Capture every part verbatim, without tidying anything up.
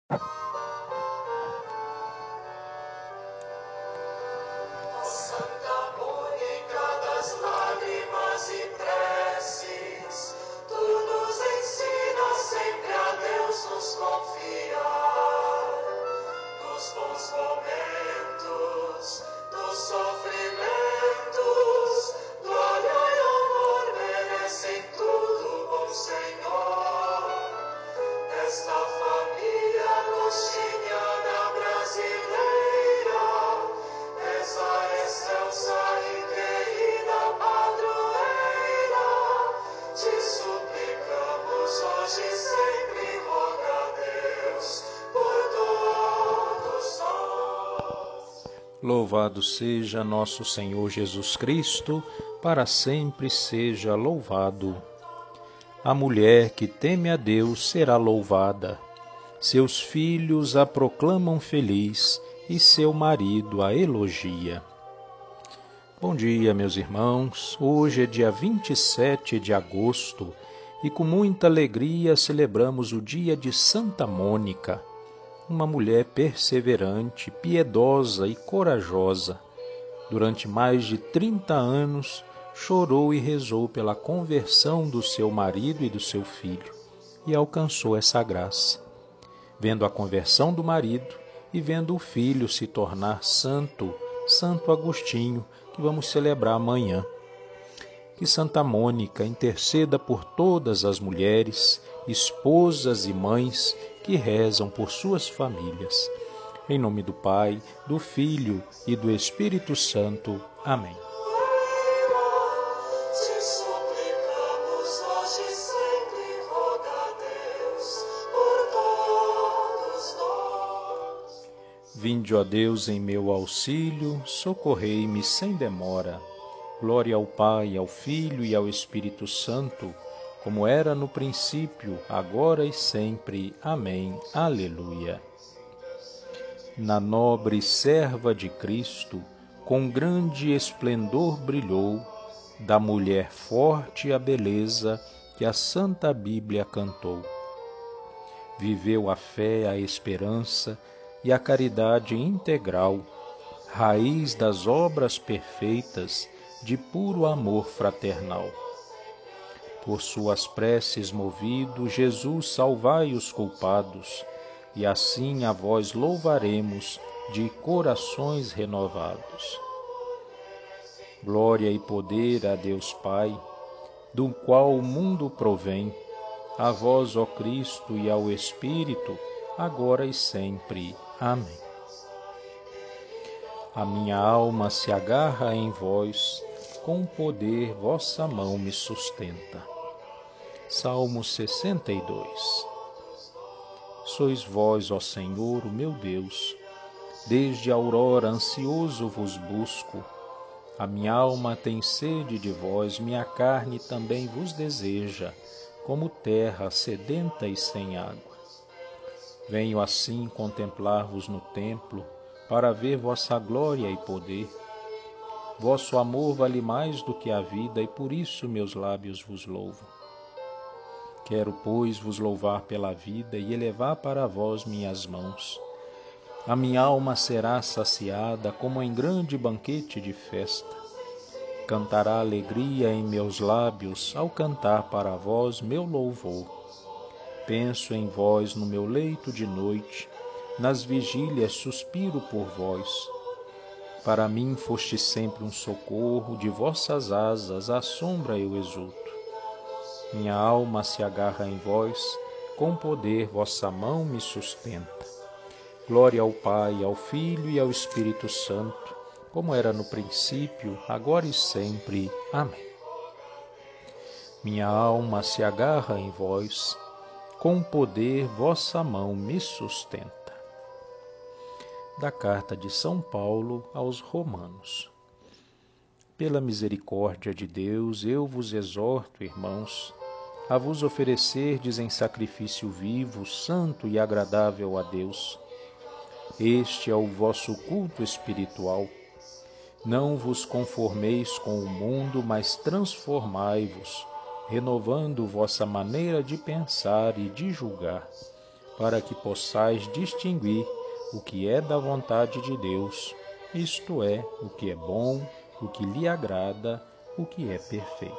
Santa Mônica das lágrimas e preces, tu nos ensina sempre a Deus nos confiar. Nos bons momentos, nos sofrimentos, glória e honor merecem tudo, bom Senhor. Esta família agostiniana brasileira, essa excelsa e querida padroeira, te suplicamos hoje e sempre, roga a Deus por todos nós. Louvado seja nosso Senhor Jesus Cristo, para sempre seja louvado. A mulher que teme a Deus será louvada. Seus filhos a proclamam feliz e seu marido a elogia. Bom dia, meus irmãos. Hoje é dia vinte e sete de agosto e com muita alegria celebramos o dia de Santa Mônica, uma mulher perseverante, piedosa e corajosa. Durante mais de trinta anos, chorou e rezou pela conversão do seu marido e do seu filho, e alcançou essa graça. Vendo a conversão do marido e vendo o filho se tornar santo, Santo Agostinho, que vamos celebrar amanhã. Que Santa Mônica interceda por todas as mulheres, esposas e mães que rezam por suas famílias. Em nome do Pai, do Filho e do Espírito Santo. Amém. Te suplicamos hoje e sempre, roga a Deus por todos nós. Vinde, ó Deus, em meu auxílio, socorrei-me sem demora. Glória ao Pai, ao Filho e ao Espírito Santo, como era no princípio, agora e sempre. Amém. Aleluia. Na nobre serva de Cristo, com grande esplendor brilhou, da mulher forte a beleza que a Santa Bíblia cantou. Viveu a fé, a esperança e a caridade integral, raiz das obras perfeitas de puro amor fraternal. Por suas preces movido, Jesus salvai os culpados, e assim a vós louvaremos de corações renovados. Glória e poder a Deus Pai, do qual o mundo provém, a vós, ó Cristo, e ao Espírito, agora e sempre. Amém. A minha alma se agarra em vós, com poder vossa mão me sustenta. Salmo sessenta e dois. Sois vós, ó Senhor, o meu Deus, desde a aurora ansioso vos busco. A minha alma tem sede de vós, minha carne também vos deseja, como terra sedenta e sem água. Venho assim contemplar-vos no templo, para ver vossa glória e poder. Vosso amor vale mais do que a vida, e por isso meus lábios vos louvam. Quero, pois, vos louvar pela vida e elevar para vós minhas mãos. A minha alma será saciada como em grande banquete de festa. Cantará alegria em meus lábios ao cantar para vós meu louvor. Penso em vós no meu leito de noite, nas vigílias suspiro por vós. Para mim foste sempre um socorro, de vossas asas à sombra eu exulto. Minha alma se agarra em vós, com poder vossa mão me sustenta. Glória ao Pai, ao Filho e ao Espírito Santo, como era no princípio, agora e sempre. Amém. Minha alma se agarra em vós, com poder vossa mão me sustenta. Da carta de São Paulo aos Romanos. Pela misericórdia de Deus, eu vos exorto, irmãos, a vos oferecerdes em sacrifício vivo, santo e agradável a Deus. Este é o vosso culto espiritual. Não vos conformeis com o mundo, mas transformai-vos, renovando vossa maneira de pensar e de julgar, para que possais distinguir o que é da vontade de Deus, isto é, o que é bom, o que lhe agrada, o que é perfeito.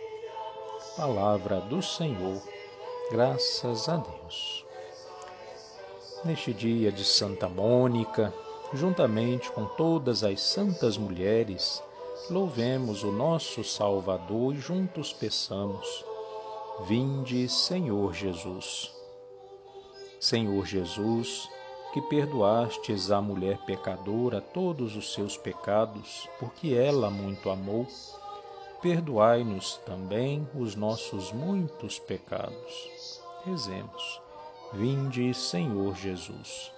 Palavra do Senhor, graças a Deus. Neste dia de Santa Mônica, juntamente com todas as santas mulheres, louvemos o nosso Salvador e juntos peçamos: vinde, Senhor Jesus. Senhor Jesus, que perdoastes à mulher pecadora todos os seus pecados, porque ela muito amou, perdoai-nos também os nossos muitos pecados. Rezemos. Vinde, Senhor Jesus.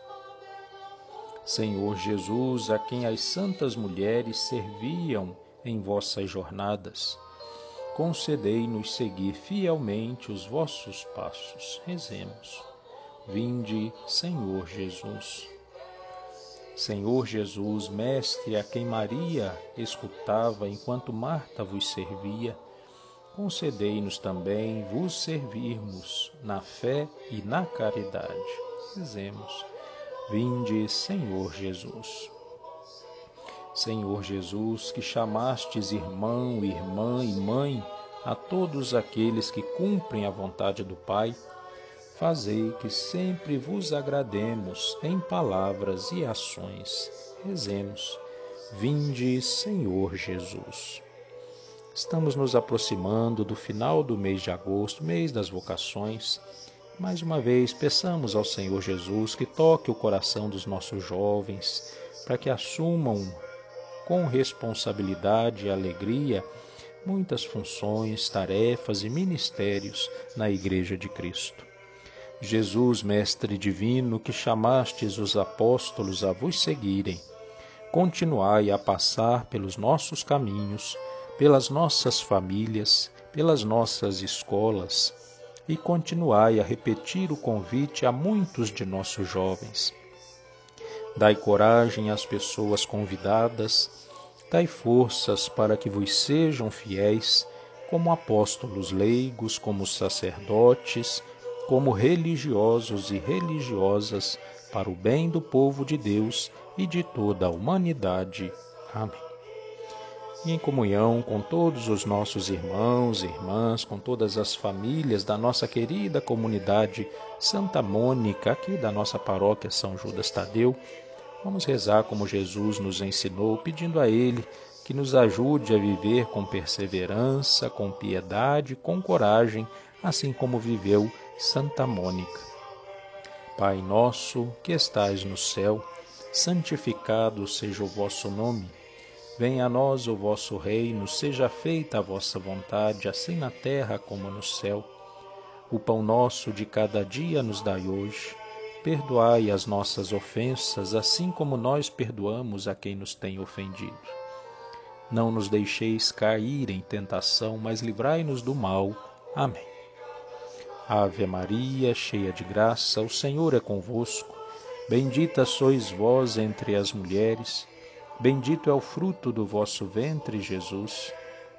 Senhor Jesus, a quem as santas mulheres serviam em vossas jornadas, concedei-nos seguir fielmente os vossos passos. Rezemos. Vinde, Senhor Jesus. Senhor Jesus, Mestre, a quem Maria escutava enquanto Marta vos servia, concedei-nos também vos servirmos na fé e na caridade. Rezemos. Vinde, Senhor Jesus. Senhor Jesus, que chamastes irmão, irmã e mãe a todos aqueles que cumprem a vontade do Pai, fazei que sempre vos agrademos em palavras e ações. Rezemos. Vinde, Senhor Jesus. Estamos nos aproximando do final do mês de agosto, mês das vocações. Mais uma vez, peçamos ao Senhor Jesus que toque o coração dos nossos jovens, para que assumam com responsabilidade e alegria muitas funções, tarefas e ministérios na Igreja de Cristo. Jesus, Mestre Divino, que chamastes os apóstolos a vos seguirem, continuai a passar pelos nossos caminhos, pelas nossas famílias, pelas nossas escolas, e continuai a repetir o convite a muitos de nossos jovens. Dai coragem às pessoas convidadas, dai forças para que vos sejam fiéis, como apóstolos leigos, como sacerdotes, como religiosos e religiosas, para o bem do povo de Deus e de toda a humanidade. Amém. E em comunhão com todos os nossos irmãos e irmãs, com todas as famílias da nossa querida comunidade Santa Mônica, aqui da nossa paróquia São Judas Tadeu, vamos rezar como Jesus nos ensinou, pedindo a Ele que nos ajude a viver com perseverança, com piedade, com coragem, assim como viveu Santa Mônica. Pai nosso, que estais no céu, santificado seja o vosso nome. Venha a nós o vosso reino, seja feita a vossa vontade, assim na terra como no céu. O pão nosso de cada dia nos dai hoje. Perdoai as nossas ofensas, assim como nós perdoamos a quem nos tem ofendido. Não nos deixeis cair em tentação, mas livrai-nos do mal. Amém. Ave Maria, cheia de graça, o Senhor é convosco. Bendita sois vós entre as mulheres, bendito é o fruto do vosso ventre, Jesus.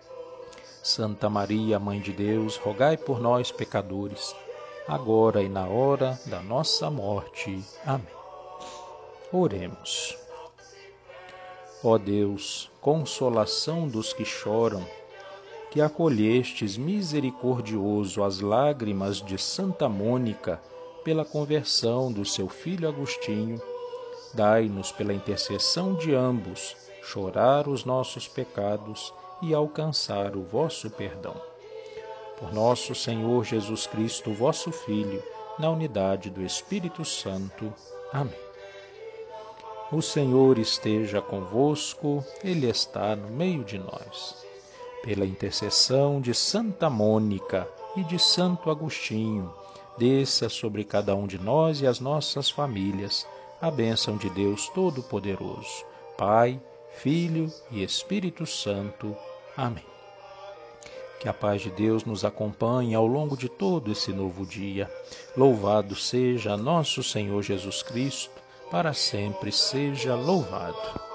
Santa Maria, Mãe de Deus, rogai por nós, pecadores, agora e na hora da nossa morte. Amém. Oremos. Ó Deus, consolação dos que choram, que acolhestes misericordioso as lágrimas de Santa Mônica pela conversão do seu filho Agostinho, dai-nos pela intercessão de ambos chorar os nossos pecados e alcançar o vosso perdão. Por nosso Senhor Jesus Cristo, vosso Filho, na unidade do Espírito Santo. Amém. O Senhor esteja convosco, Ele está no meio de nós. Pela intercessão de Santa Mônica e de Santo Agostinho, desça sobre cada um de nós e as nossas famílias a bênção de Deus Todo-Poderoso, Pai, Filho e Espírito Santo. Amém. Que a paz de Deus nos acompanhe ao longo de todo esse novo dia. Louvado seja nosso Senhor Jesus Cristo, para sempre seja louvado.